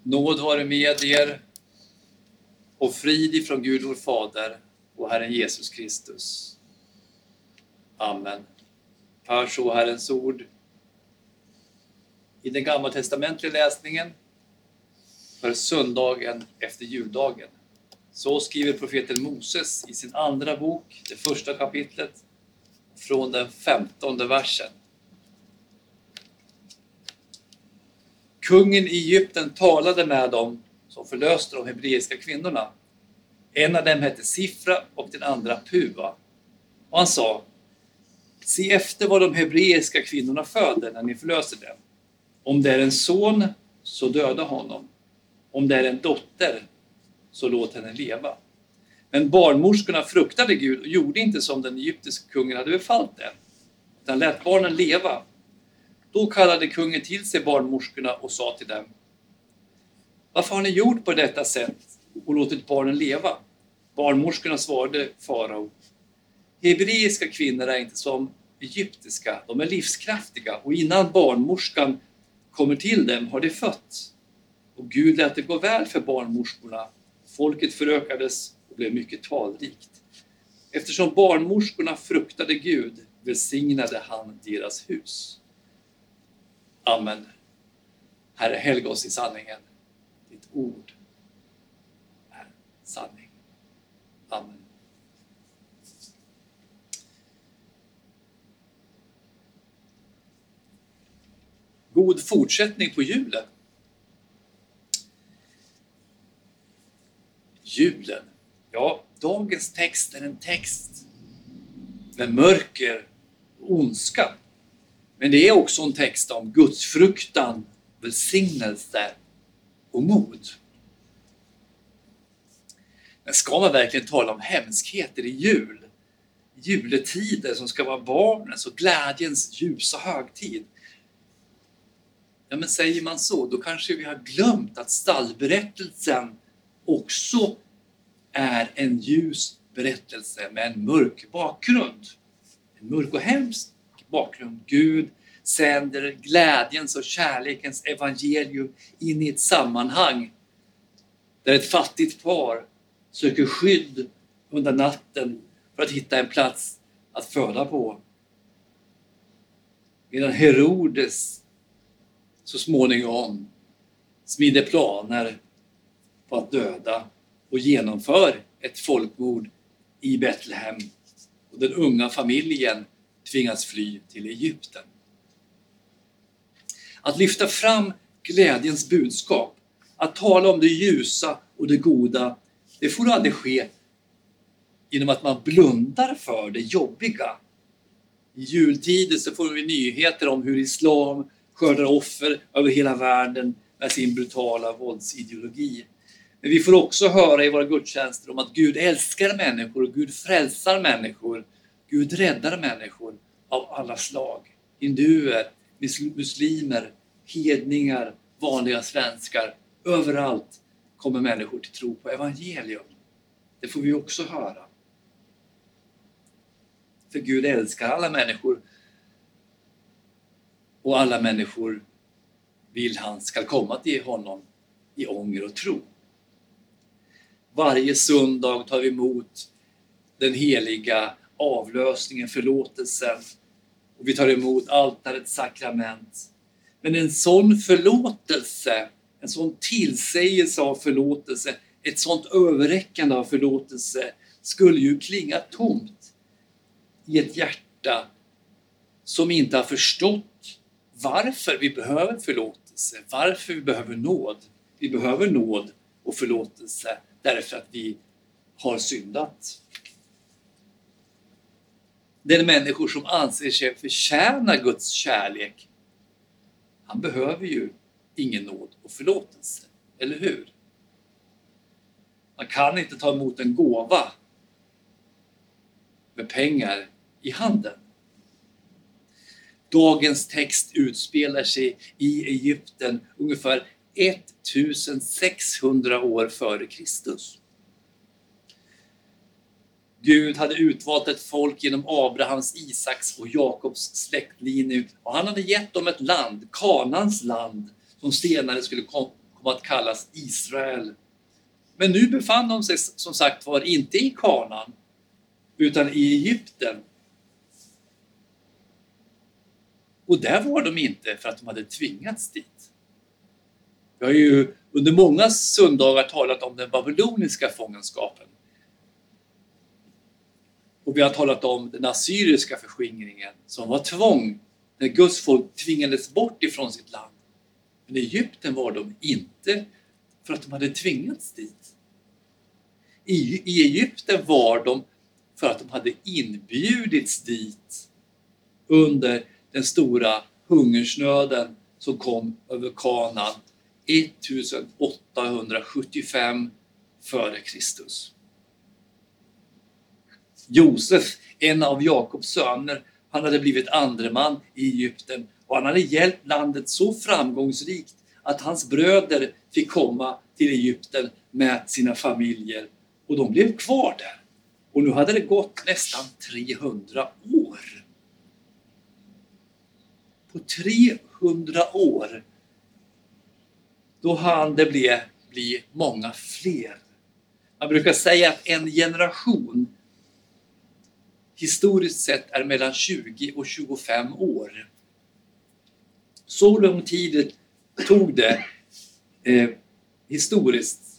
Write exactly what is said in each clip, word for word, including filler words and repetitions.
Nåd vare med er och frid ifrån Gud vår Fader och Herren Jesus Kristus. Amen. Hör så Herrens ord i den gamla testamentliga läsningen för söndagen efter juldagen. Så skriver profeten Moses i sin andra bok, det första kapitlet, från den femtonde versen. Kungen i Egypten talade med dem som förlöste de hebreiska kvinnorna. En av dem hette Sifra och den andra Pua. Och han sa: se efter vad de hebreiska kvinnorna föder när ni förlöser dem. Om det är en son, så döda honom. Om det är en dotter, så låt henne leva. Men barnmorskorna fruktade Gud och gjorde inte som den egyptiska kungen hade befallt dem, utan lät barnen leva. Då kallade kungen till sig barnmorskorna och sa till dem: varför har ni gjort på detta sätt och låtit barnen leva? Barnmorskorna svarade farao: hebreiska kvinnor är inte som egyptiska, de är livskraftiga, och innan barnmorskan kommer till dem har de fött. Och Gud lät det gå väl för barnmorskorna. Folket förökades och blev mycket talrikt. Eftersom barnmorskorna fruktade Gud välsignade han deras hus. Amen. Herre, helga oss i sanningen. Ditt ord är sanning. Amen. God fortsättning på julen. Julen. Ja, dagens text är en text med mörker och ondska. Men det är också en text om Guds fruktan, välsignelse och mod. Men ska man verkligen tala om hemskheter i jul? Juletider som ska vara barnens och glädjens ljusa högtid. Ja, men säger man så, då kanske vi har glömt att stallberättelsen också är en ljus berättelse med en mörk bakgrund. En mörk och hemsk bakgrund. Gud sänder glädjens och kärlekens evangelium in i ett sammanhang där ett fattigt par söker skydd under natten för att hitta en plats att föda på. Medan Herodes så småningom smider planer på att döda och genomför ett folkmord i Betlehem. Och den unga familjen tvingas fly till Egypten. Att lyfta fram glädjens budskap, att tala om det ljusa och det goda, det får aldrig ske genom att man blundar för det jobbiga. I jultider så får vi nyheter om hur islam skördar offer över hela världen med sin brutala våldsideologi. Men vi får också höra i våra gudstjänster om att Gud älskar människor och Gud frälsar människor. Gud räddar människor av alla slag. Hinduer, muslimer, hedningar, vanliga svenskar. Överallt kommer människor till tro på evangelium. Det får vi också höra. För Gud älskar alla människor. Och alla människor vill han ska komma till honom i ånger och tro. Varje söndag tar vi emot den heliga avlösningen, förlåtelsen. Och vi tar emot altarets sakrament. Men en sån förlåtelse, en sån tillsägelse av förlåtelse, ett sånt överräckande av förlåtelse skulle ju klinga tomt i ett hjärta som inte har förstått varför vi behöver förlåtelse, varför vi behöver nåd. Vi behöver nåd och förlåtelse därför att vi har syndat. Den människor som anser sig förtjäna Guds kärlek, han behöver ju ingen nåd och förlåtelse, eller hur? Man kan inte ta emot en gåva med pengar i handen. Dagens text utspelar sig i Egypten ungefär sextonhundra år före Kristus. Gud hade utvalt ett folk genom Abrahams, Isaks och Jakobs släktlinje. Och han hade gett dem ett land, Kanans land, som senare skulle komma om att kallas Israel. Men nu befann de sig som sagt var inte i Kanaan utan i Egypten. Och där var de inte för att de hade tvingats dit. Vi har ju under många söndagar talat om den babyloniska fångenskapen. Och vi har talat om den assyriska förskingringen som var tvång när Guds folk tvingades bort ifrån sitt land. Men i Egypten var de inte för att de hade tvingats dit. I, i Egypten var de för att de hade inbjudits dit under den stora hungersnöden som kom över Kanaan ettusenåttahundrasjuttiofem före Kristus. Josef, en av Jakobs söner, han hade blivit andreman i Egypten och han hade hjälpt landet så framgångsrikt att hans bröder fick komma till Egypten med sina familjer och de blev kvar där. Och nu hade det gått nästan trehundra år. På trehundra år då hann det bli, bli många fler. Man brukar säga att en generation historiskt sett är mellan tjugo och tjugofem år. Så lång tid tog det eh, historiskt.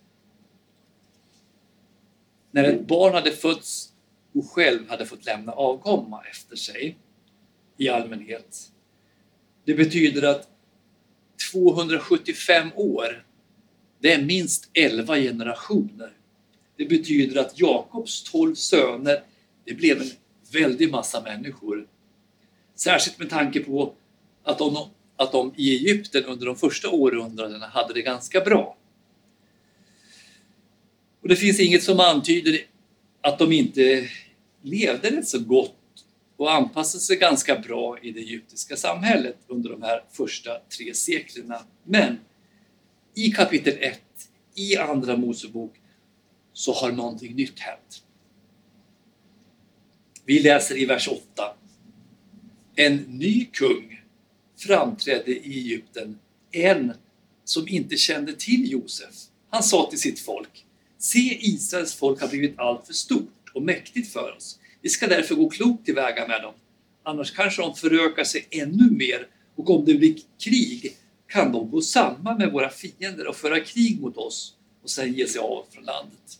När ett barn hade fötts och själv hade fått lämna avkomma efter sig i allmänhet. Det betyder att tvåhundrasjuttiofem år, det är minst elva generationer. Det betyder att Jakobs tolv söner, det blev en väldig massa människor. Särskilt med tanke på att de, att de i Egypten under de första århundradena hade det ganska bra. Och det finns inget som antyder att de inte levde rätt så gott och anpassade sig ganska bra i det egyptiska samhället under de här första tre seklerna. Men i kapitel ett i andra Mosebok så har någonting nytt hänt. Vi läser i vers åtta. En ny kung framträdde i Egypten, en som inte kände till Josef. Han sa till sitt folk: se, Israels folk har blivit allt för stort och mäktigt för oss. Vi ska därför gå klokt tillväga med dem. Annars kanske de förökar sig ännu mer, och om det blir krig kan de gå samman med våra fiender och föra krig mot oss och sedan ge sig av från landet.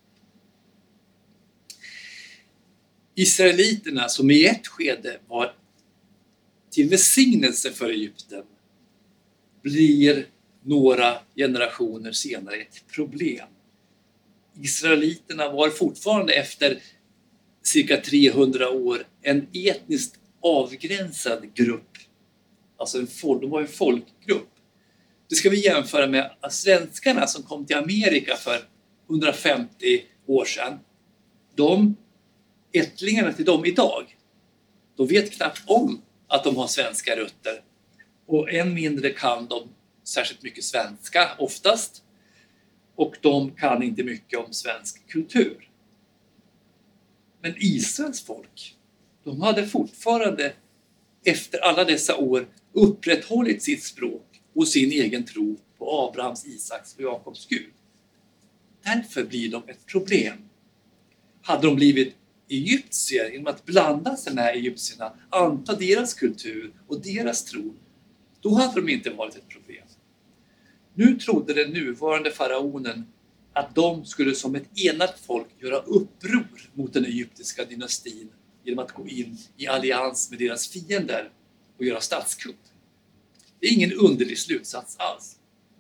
Israeliterna, som i ett skede var till välsignelse för Egypten, blir några generationer senare ett problem. Israeliterna var fortfarande efter cirka trehundra år en etniskt avgränsad grupp. Alltså en folk, de var en folkgrupp. Det ska vi jämföra med svenskarna som kom till Amerika för hundrafemtio år sedan. De ättlingarna till dem idag, de vet knappt om att de har svenska rötter. Och än mindre kan de särskilt mycket svenska oftast. Och de kan inte mycket om svensk kultur. Men Israels folk, de hade fortfarande efter alla dessa år upprätthållit sitt språk och sin egen tro på Abrahams, Isaks och Jakobs Gud. Därför blir de ett problem. Hade de blivit egyptier genom att blanda sig med egyptierna, anta deras kultur och deras tro, då hade de inte varit ett problem. Nu trodde den nuvarande faraonen att de skulle som ett enat folk göra uppror mot den egyptiska dynastin genom att gå in i allians med deras fiender och göra statskupp. Det är ingen underlig slutsats alls.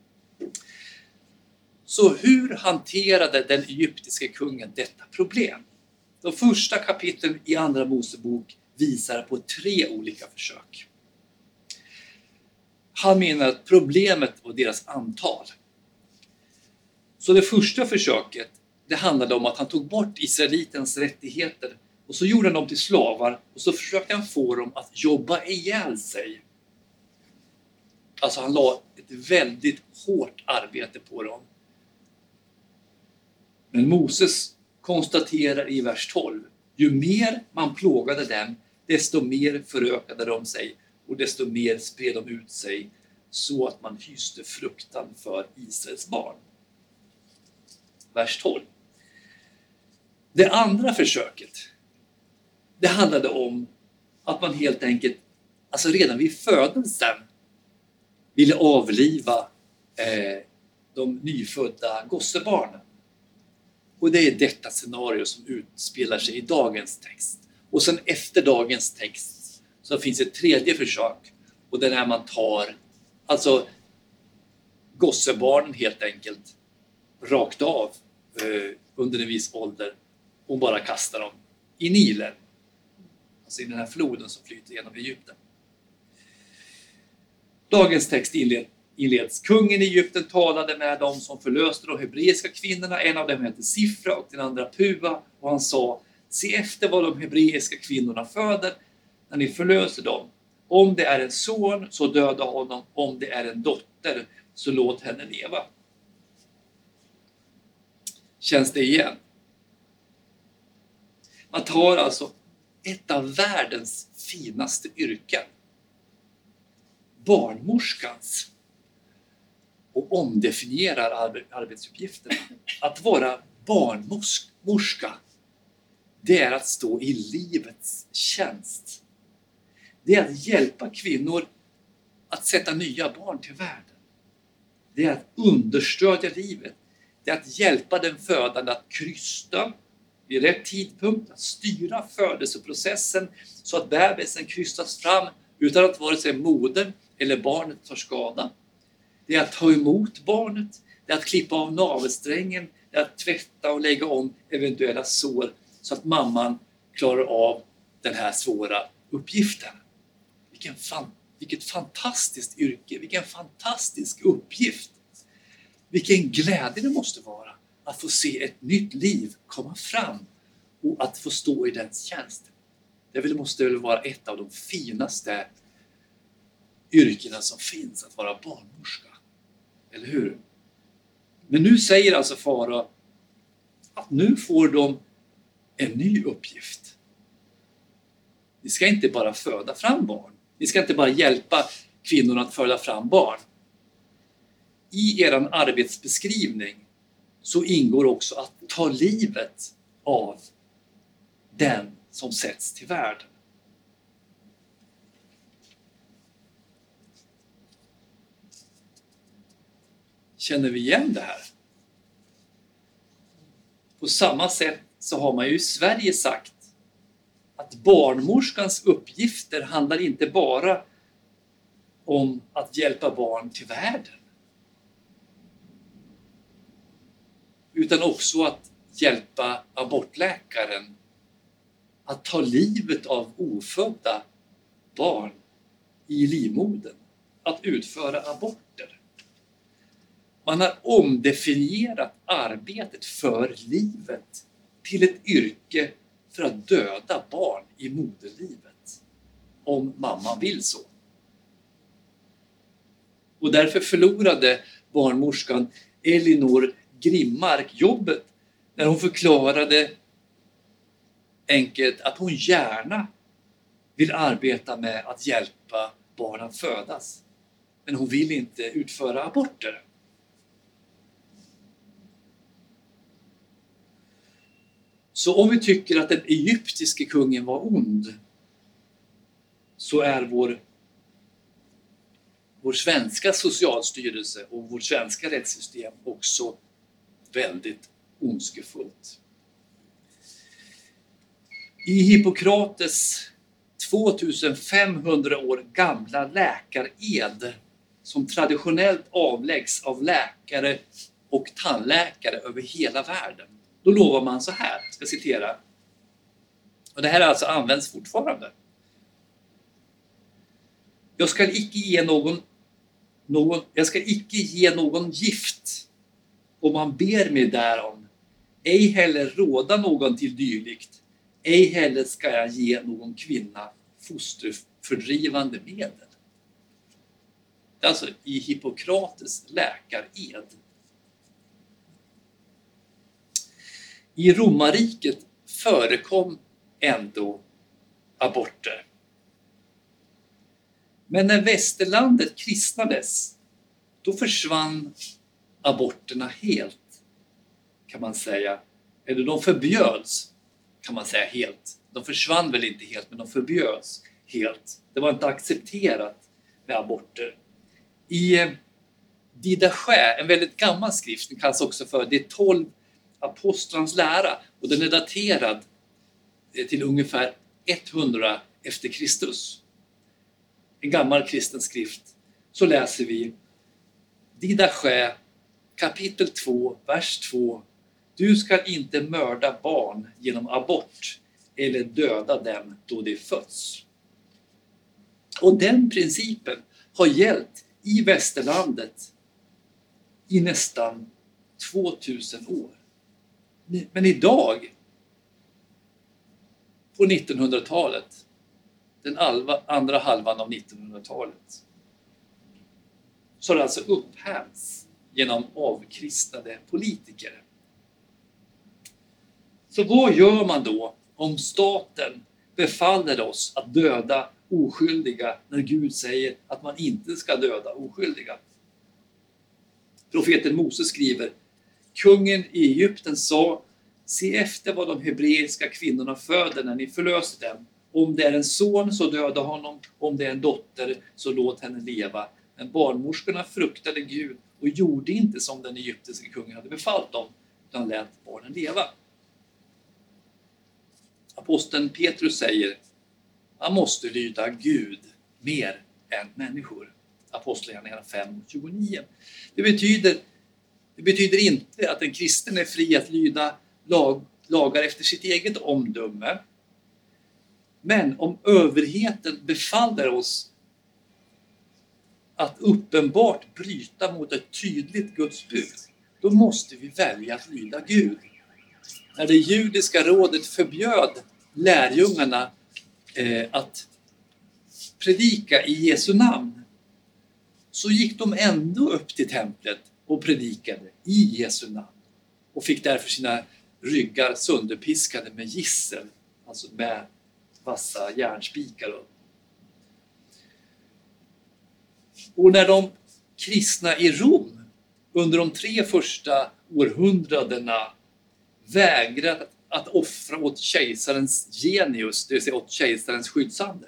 Så hur hanterade den egyptiske kungen detta problem? De första kapitlen i andra Mosebok visar på tre olika försök. Han menar att problemet var deras antal. Så det första försöket, det handlade om att han tog bort israelitens rättigheter och så gjorde han dem till slavar och så försökte han få dem att jobba ihjäl sig. Alltså han la ett väldigt hårt arbete på dem. Men Moses konstaterar i vers tolv, ju mer man plågade dem, desto mer förökade de sig och desto mer spred de ut sig, så att man hyste fruktan för Israels barn. Vers tolv. Det andra försöket, det handlade om att man helt enkelt, alltså redan vid födelsen, ville avliva eh, de nyfödda gossebarnen. Och det är detta scenario som utspelar sig i dagens text. Och sen efter dagens text så finns ett tredje försök. Och det är när man tar, alltså gossebarnen helt enkelt, rakt av eh, under en viss ålder och bara kastar dem i Nilen. Alltså i den här floden som flyter genom Egypten. Dagens text inled, inleds. Kungen i Egypten talade med dem som förlöste de hebreiska kvinnorna. En av dem hette Sifra och den andra Puva. Och han sa, se efter vad de hebreiska kvinnorna föder när ni förlöser dem. Om det är en son så döda honom. Om det är en dotter så låt henne leva. Känns det igen? Man tar alltså ett av världens finaste yrken, barnmorskans, och omdefinierar arbetsuppgifterna. Att vara barnmorska, det är att stå i livets tjänst. Det är att hjälpa kvinnor att sätta nya barn till världen. Det är att understödja livet. Det är att hjälpa den födande att krysta vid rätt tidpunkt, att styra födelseprocessen så att bebisen krystas fram utan att vare sig modern eller barnet tar skada. Det är att ta emot barnet, det är att klippa av navelsträngen, det är att tvätta och lägga om eventuella sår så att mamman klarar av den här svåra uppgiften. Vilken fan, vilket fantastiskt yrke, vilken fantastisk uppgift. Vilken glädje det måste vara att få se ett nytt liv komma fram och att få stå i dens tjänst. Det måste väl vara ett av de finaste yrkena som finns, att vara barnmorska. Eller hur? Men nu säger alltså farao att nu får de en ny uppgift. Ni ska inte bara föda fram barn. Ni ska inte bara hjälpa kvinnorna att föda fram barn. I er arbetsbeskrivning så ingår också att ta livet av den som sätts till världen. Känner vi igen det här? På samma sätt så har man ju i Sverige sagt att barnmorskans uppgifter handlar inte bara om att hjälpa barn till världen, utan också att hjälpa abortläkaren att ta livet av ofödda barn i livmodern, att utföra aborter. Man har omdefinierat arbetet för livet till ett yrke för att döda barn i moderlivet, om mamman vill så. Och därför förlorade barnmorskan Elinor Grimmark jobbet när hon förklarade enkelt att hon gärna vill arbeta med att hjälpa barn att födas. Men hon vill inte utföra aborter. Så om vi tycker att den egyptiske kungen var ond, så är vår, vår svenska socialstyrelse och vårt svenska rättssystem också väldigt ondskefullt. I Hippokrates tvåtusenfemhundra år gamla läkared, som traditionellt avläggs av läkare och tandläkare över hela världen, då lovar man så här, jag ska citera. Och det här alltså används fortfarande. Jag ska icke ge någon, någon, jag ska icke ge någon gift om man ber mig därom. Ej heller råda någon till dylikt. Ej heller ska jag ge någon kvinna fosterfördrivande medel. Det är alltså i Hippokrates läkared. I romarriket förekom ändå aborter. Men när västerlandet kristnades, då försvann aborterna helt, kan man säga. Eller de förbjöds, kan man säga, helt. De försvann väl inte helt, men de förbjöds helt. Det var inte accepterat med aborter. I eh, Didache, en väldigt gammal skrift, den kallas också för de tolv apostlarnas lära, och den är daterad eh, till ungefär hundra efter Kristus. En gammal kristen skrift. Så läser vi Didache kapitel två, vers två. Du ska inte mörda barn genom abort eller döda dem då de föds. Och den principen har gällt i västerlandet i nästan tvåtusen år. Men idag, på nittonhundratalet, den andra halvan av nittonhundratalet, så har det alltså upphävts genom avkristnade politiker. Så vad gör man då om staten befaller oss att döda oskyldiga när Gud säger att man inte ska döda oskyldiga? Profeten Mose skriver: kungen i Egypten sa, se efter vad de hebreiska kvinnorna föder när ni förlöser dem. Om det är en son så döda honom, om det är en dotter så låt henne leva. Men barnmorskorna fruktade Gud och gjorde inte som den egyptiska kungen hade befallt dem, utan lät barnen leva. Aposteln Petrus säger, man måste lyda Gud mer än människor. Apostlagärningarna fem tjugonio. Det betyder, det betyder inte att en kristen är fri att lyda lag, lagar efter sitt eget omdöme. Men om överheten befaller oss att uppenbart bryta mot ett tydligt Guds bud, då måste vi välja att lyda Gud. När det judiska rådet förbjöd lärjungarna eh, att predika i Jesu namn, så gick de ändå upp till templet och predikade i Jesu namn. Och fick därför sina ryggar sönderpiskade med gissel, alltså med vassa järnspikar. Och när de kristna i Rom under de tre första århundradena vägrade att offra åt kejsarens genius, det vill säga åt kejsarens skyddsande,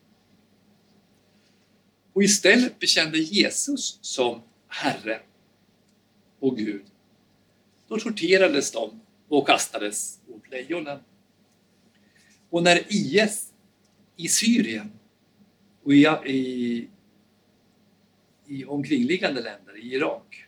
och istället bekände Jesus som Herre och Gud, då torterades de och kastades åt lejonen. Och när I S i Syrien och i, i, i omkringliggande länder, i Irak,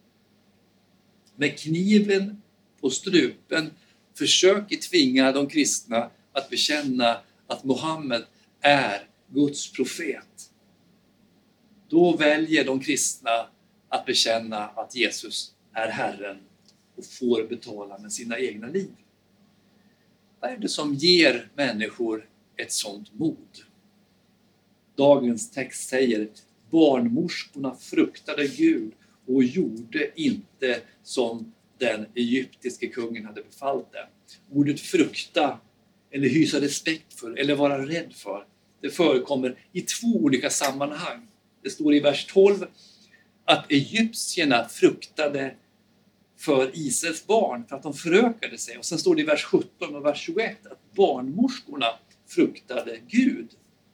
med kniven på strupen försöker tvinga de kristna att bekänna att Muhammed är Guds profet, då väljer de kristna att bekänna att Jesus är Herren och får betala med sina egna liv. Vad är det som ger människor ett sådant mod? Dagens text säger: barnmorskorna fruktade Gud och gjorde inte som den egyptiske kungen hade befallt dem. Ordet frukta eller hysa respekt för eller vara rädd för, det förekommer i två olika sammanhang. Det står i vers tolv att egyptierna fruktade för Israels barn för att de förökade sig. Och sen står det i vers sjutton och vers tjugoett att barnmorskorna fruktade Gud.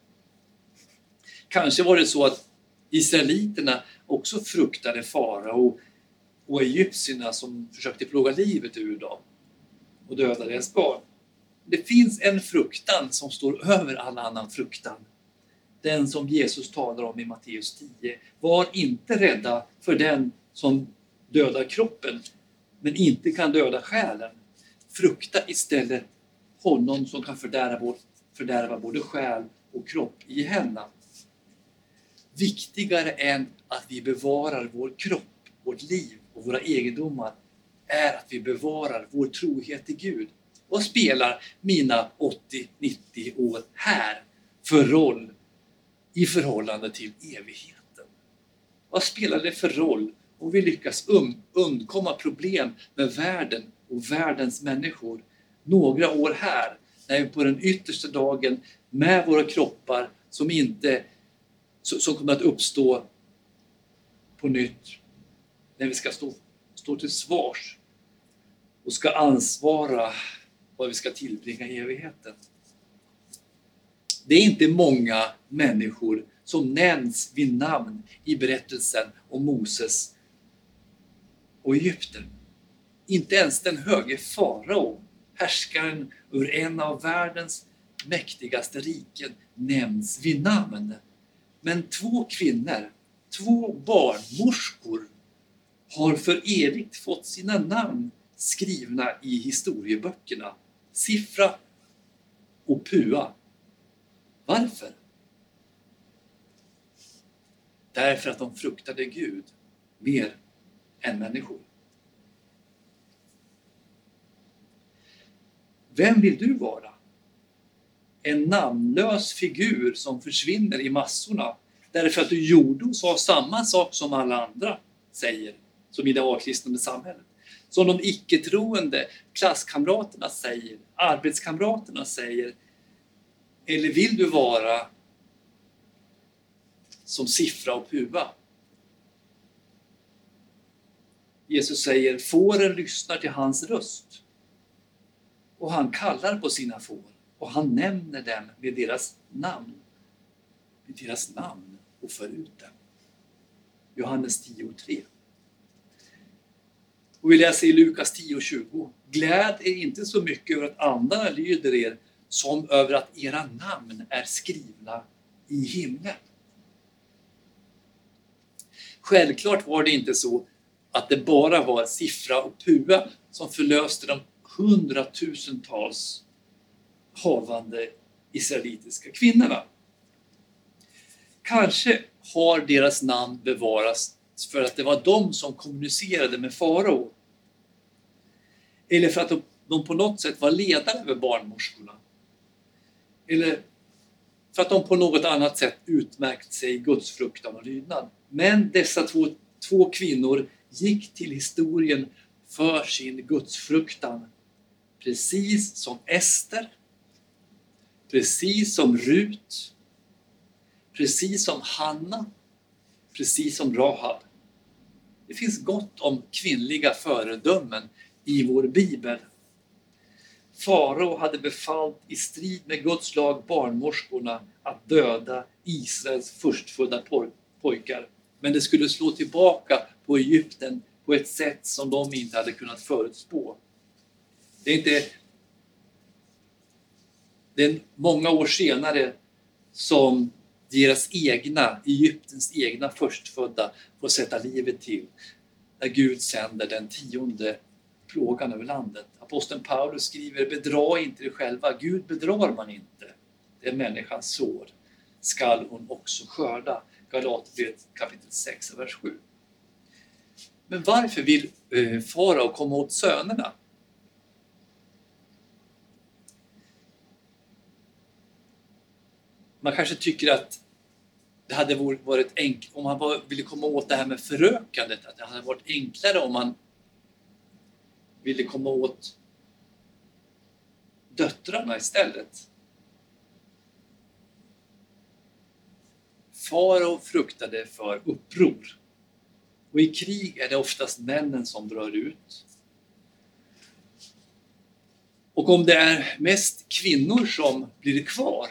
Kanske var det så att israeliterna också fruktade farao och egyptierna som försökte plåga livet ur dem och döda deras barn. Det finns en fruktan som står över all annan fruktan. Den som Jesus talar om i Matteus tio. Var inte rädda för den som dödar kroppen men inte kan döda själen. Frukta istället honom som kan fördärva, fördärva både själ och kropp i henne. Viktigare än att vi bevarar vår kropp, vårt liv och våra egendomar är att vi bevarar vår trohet till Gud. Vad spelar mina åttio nittio år här för roll i förhållande till evigheten? Vad spelar det för roll om vi lyckas um, undkomma problem med världen och världens människor några år här, när vi på den yttersta dagen med våra kroppar som inte som kommer att uppstå på nytt när vi ska stå, stå till svars och ska ansvara vad vi ska tillbringa i evigheten. Det är inte många människor som nämns vid namn i berättelsen om Moses och Egypten. Inte ens den höge farao, härskaren ur en av världens mäktigaste riken, nämns vid namn. Men två kvinnor, två barnmorskor, har för evigt fått sina namn skrivna i historieböckerna. Sifra och Pua. Varför? Därför att de fruktade Gud mer än människor. Vem vill du vara? En namnlös figur som försvinner i massorna därför att du gjorde och sa samma sak som alla andra säger, som i det avkristnade samhället. Som de icke-troende klasskamraterna säger, arbetskamraterna säger. Eller vill du vara som Sifra och Pua? Jesus säger, fåren lyssnar till hans röst. Och han kallar på sina får. Och han nämner dem med deras namn. Med deras namn och för ut dem. Johannes tio tre. Och vi läser i Lukas tio tjugo. Gläd er inte så mycket över att andarna lyder er som över att era namn är skrivna i himlen. Självklart var det inte så att det bara var Sifra och Pua som förlöste de hundratusentals havande israelitiska kvinnorna. Kanske har deras namn bevarats för att det var de som kommunicerade med farao. Eller för att de, de på något sätt var ledare över barnmorskorna. Eller för att de på något annat sätt utmärkt sig i Guds fruktan och lydnad. Men dessa två, två kvinnor gick till historien för sin gudsfruktan. Precis som Ester. Precis som Rut. Precis som Hanna. Precis som Rahab. Det finns gott om kvinnliga föredömen i vår bibel. Farao hade befallt i strid med Guds lag barnmorskorna att döda Israels förstfödda pojkar. Men det skulle slå tillbaka på Egypten på ett sätt som de inte hade kunnat förutspå. Det är inte det är många år senare som deras egna, Egyptens egna förstfödda får sätta livet till. När Gud sänder den tionde plågan över landet. Aposteln Paulus skriver, bedra inte er själva. Gud bedrar man inte. Det är människans sår. Skall hon också skörda. Galaterbrevet kapitel sex, vers sju. Men varför vill eh, farao komma åt sönerna? Man kanske tycker att det hade varit enkelt, om man bara ville komma åt det här med förökandet, att det hade varit enklare om man ville komma åt döttrarna istället. Farao fruktade för uppror. Och i krig är det oftast männen som drar ut. Och om det är mest kvinnor som blir kvar,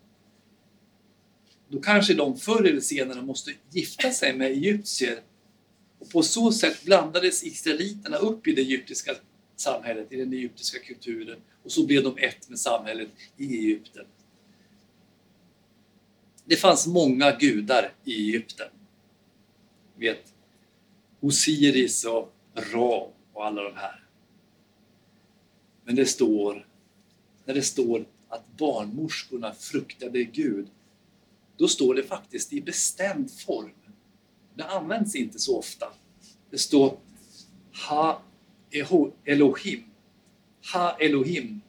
då kanske de förr eller senare måste gifta sig med egyptier. Och på så sätt blandades israeliterna upp i det egyptiska samhället, i den egyptiska kulturen. Och så blev de ett med samhället i Egypten. Det fanns många gudar i Egypten. Vet, Osiris och Ra och alla de här. Men det står, när det står att barnmorskorna fruktade Gud, då står det faktiskt i bestämd form. Det används inte så ofta. Det står Ha Elohim. Ha Elohim.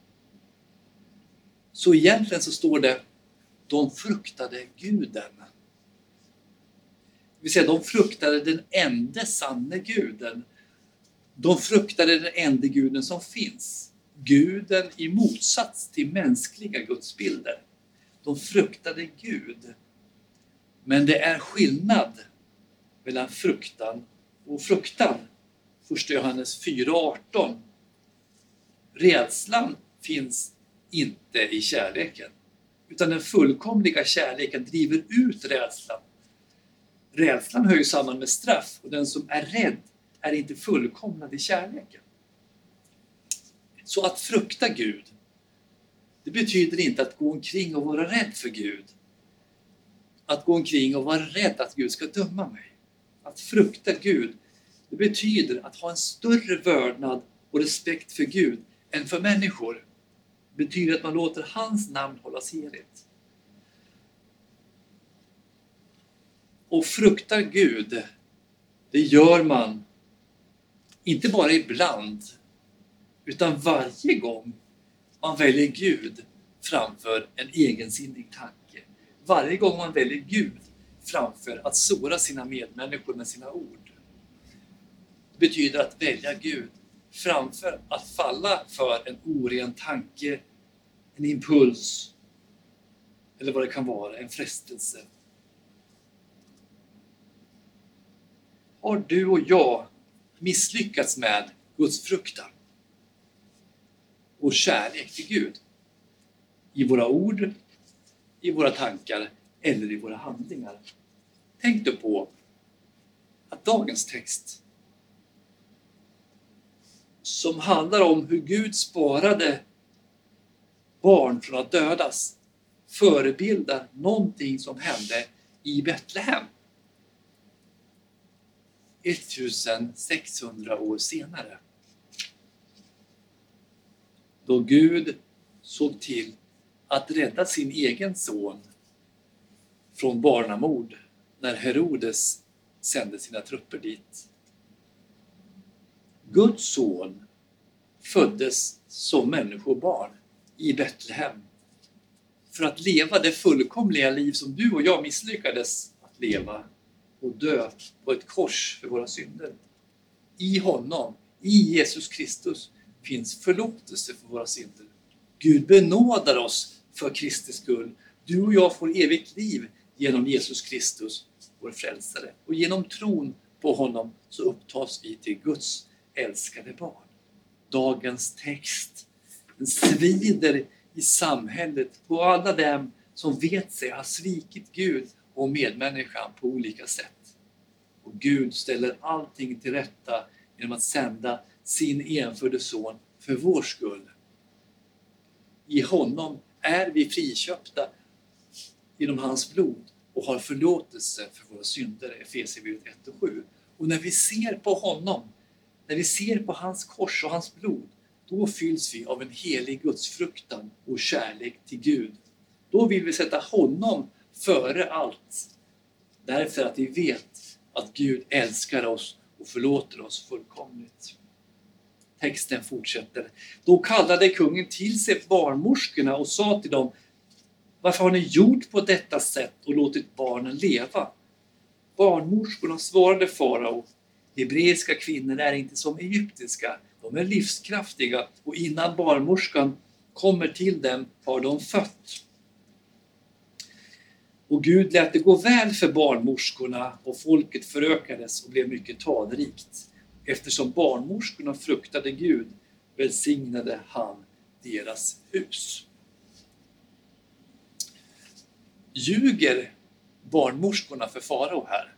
Så egentligen så står det de fruktade guden. Det vill säga de fruktade den enda sanne guden. De fruktade den enda guden som finns. Guden i motsats till mänskliga gudsbilder. De fruktade Gud Men det är skillnad mellan fruktan och fruktan. Första Johannes fyra arton. Rädslan finns inte i kärleken, utan den fullkomliga kärleken driver ut rädslan. Rädslan hör ju samman med straff, och den som är rädd är inte fullkomnad i kärleken. Så att frukta Gud, det betyder inte att gå omkring och vara rädd för Gud. Att gå omkring och vara rädd att Gud ska döma mig. Att frukta Gud, det betyder att ha en större vördnad och respekt för Gud än för människor. Det betyder att man låter hans namn hållas heligt. Och fruktar Gud, det gör man inte bara ibland, utan varje gång man väljer Gud framför en egensinnig tanke. Varje gång man väljer Gud framför att såra sina medmänniskor med sina ord. Det betyder att välja Gud framför att falla för en oren tanke, en impuls eller vad det kan vara, en frestelse. Har du och jag misslyckats med Guds fruktan och kärlek till Gud? I våra ord, i våra tankar eller i våra handlingar? Tänk då på att dagens text, som handlar om hur Gud sparade barn från att dödas, förebildar någonting som hände i Betlehem sextonhundra år senare. Då Gud såg till att rädda sin egen son från barnamord när Herodes sände sina trupper dit. Guds son föddes som människobarn i Betlehem för att leva det fullkomliga liv som du och jag misslyckades att leva och dö på ett kors för våra synder. I honom, i Jesus Kristus, finns förlåtelse för våra synder. Gud benådar oss för Kristi skull. Du och jag får evigt liv genom Jesus Kristus, vår frälsare. Och genom tron på honom så upptas vi till Guds älskade barn. Dagens text, den svider i samhället på alla dem som vet sig ha svikit Gud och medmänniskan på olika sätt. Och Gud ställer allting till rätta genom att sända sin enfödde son för vår skull. I honom är vi friköpta genom hans blod och har förlåtelse för våra synder, Efesierbrevet ett och sju. Och när vi ser på honom, när vi ser på hans kors och hans blod, då fylls vi av en helig gudsfruktan och kärlek till Gud. Då vill vi sätta honom före allt, därför att vi vet att Gud älskar oss och förlåter oss fullkomligt. Texten fortsätter. Då kallade kungen till sig barnmorskorna och sa till dem: varför har ni gjort på detta sätt och låtit barnen leva? Barnmorskorna svarade farao: hebreiska kvinnor är inte som egyptiska. De är livskraftiga och innan barnmorskan kommer till dem har de fött. Och Gud lät det gå väl för barnmorskorna och folket förökades och blev mycket talrikt. Eftersom barnmorskorna fruktade Gud välsignade han deras hus. Ljuger barnmorskorna för farao här?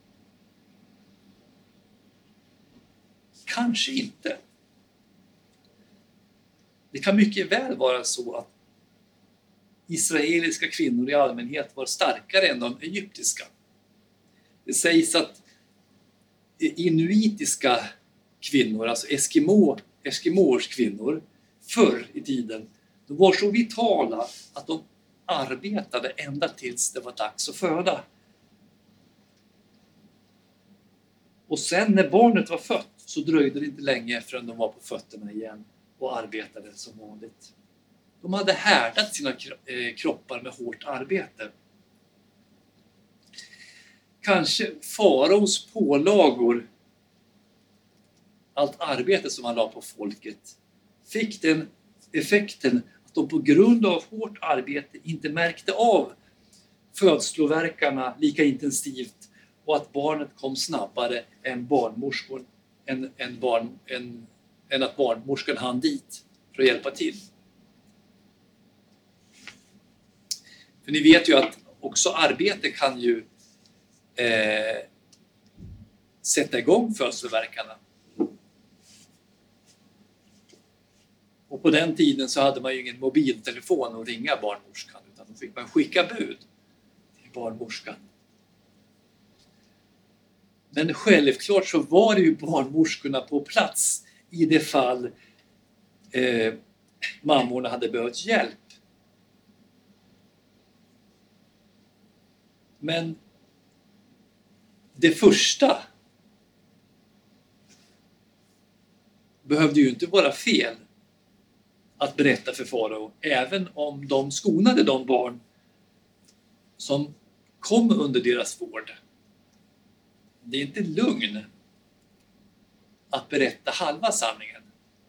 Kanske inte. Det kan mycket väl vara så att israeliska kvinnor i allmänhet var starkare än de egyptiska. Det sägs att inuitiska kvinnor, alltså eskimo, eskimors kvinnor, förr i tiden, de var så vitala att de arbetade ända tills det var dags att föda. Och sen när barnet var fött så dröjde det inte länge förrän de var på fötterna igen och arbetade som vanligt. De hade härdat sina kroppar med hårt arbete. Kanske faraos pålagor, allt arbete som han la på folket, fick den effekten att de på grund av hårt arbete inte märkte av födslovärkarna lika intensivt och att barnet kom snabbare än barnmorskor, än, än, barn, än, än att barnmorskan hann dit för att hjälpa till. För ni vet ju att också arbete kan ju eh, sätta igång födslovärkarna. Och på den tiden så hade man ju ingen mobiltelefon att ringa barnmorskan, utan då fick man skicka bud till barnmorskan. Men självklart så var det ju barnmorskorna på plats i det fall eh, mammorna hade behövt hjälp. Men det första behövde ju inte vara fel att berätta för farao, även om de skonade de barn som kom under deras vård. Det är inte lugn att berätta halva sanningen.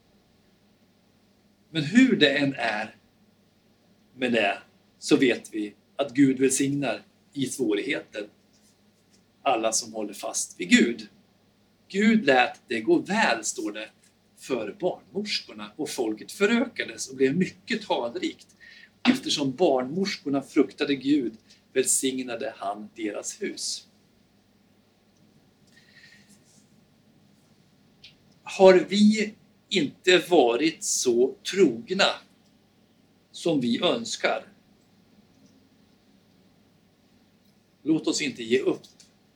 Men hur det än är med det, så vet vi att Gud välsignar i svårigheter alla som håller fast vid Gud. Gud lät det gå väl, står det, för barnmorskorna, och folket förökades och blev mycket talrikt. Eftersom barnmorskorna fruktade Gud välsignade han deras hus. Har vi inte varit så trogna som vi önskar? Låt oss inte ge upp.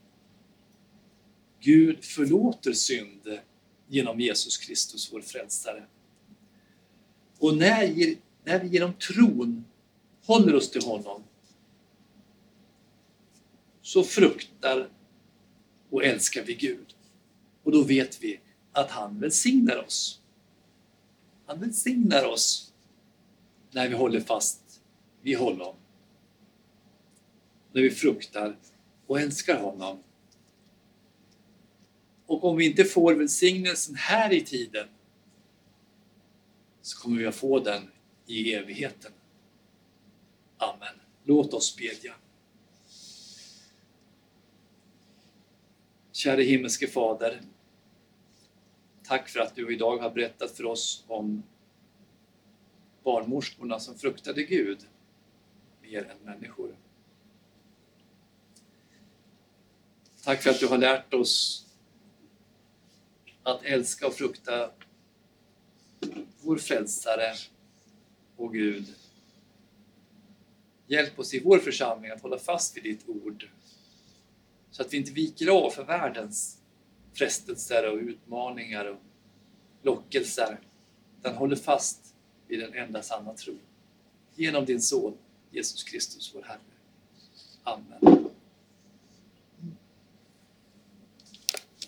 Gud förlåter synd genom Jesus Kristus, vår frälsare. Och när, när vi genom tron håller oss till honom, så fruktar och älskar vi Gud. Och då vet vi att han välsignar oss. Han välsignar oss när vi håller fast vid honom. När vi fruktar och älskar honom. Och om vi inte får välsignelsen här i tiden, så kommer vi att få den i evigheten. Amen. Låt oss bedja. Kära himmelske Fader, tack för att du idag har berättat för oss om barnmorskorna som fruktade Gud mer än människor. Tack för att du har lärt oss att älska och frukta vår frälsare och Gud. Hjälp oss i vår församling att hålla fast vid ditt ord, så att vi inte viker av för världens frestelser och utmaningar och lockelser, utan håller fast vid den enda sanna tro. Genom din son Jesus Kristus, vår Herre. Amen.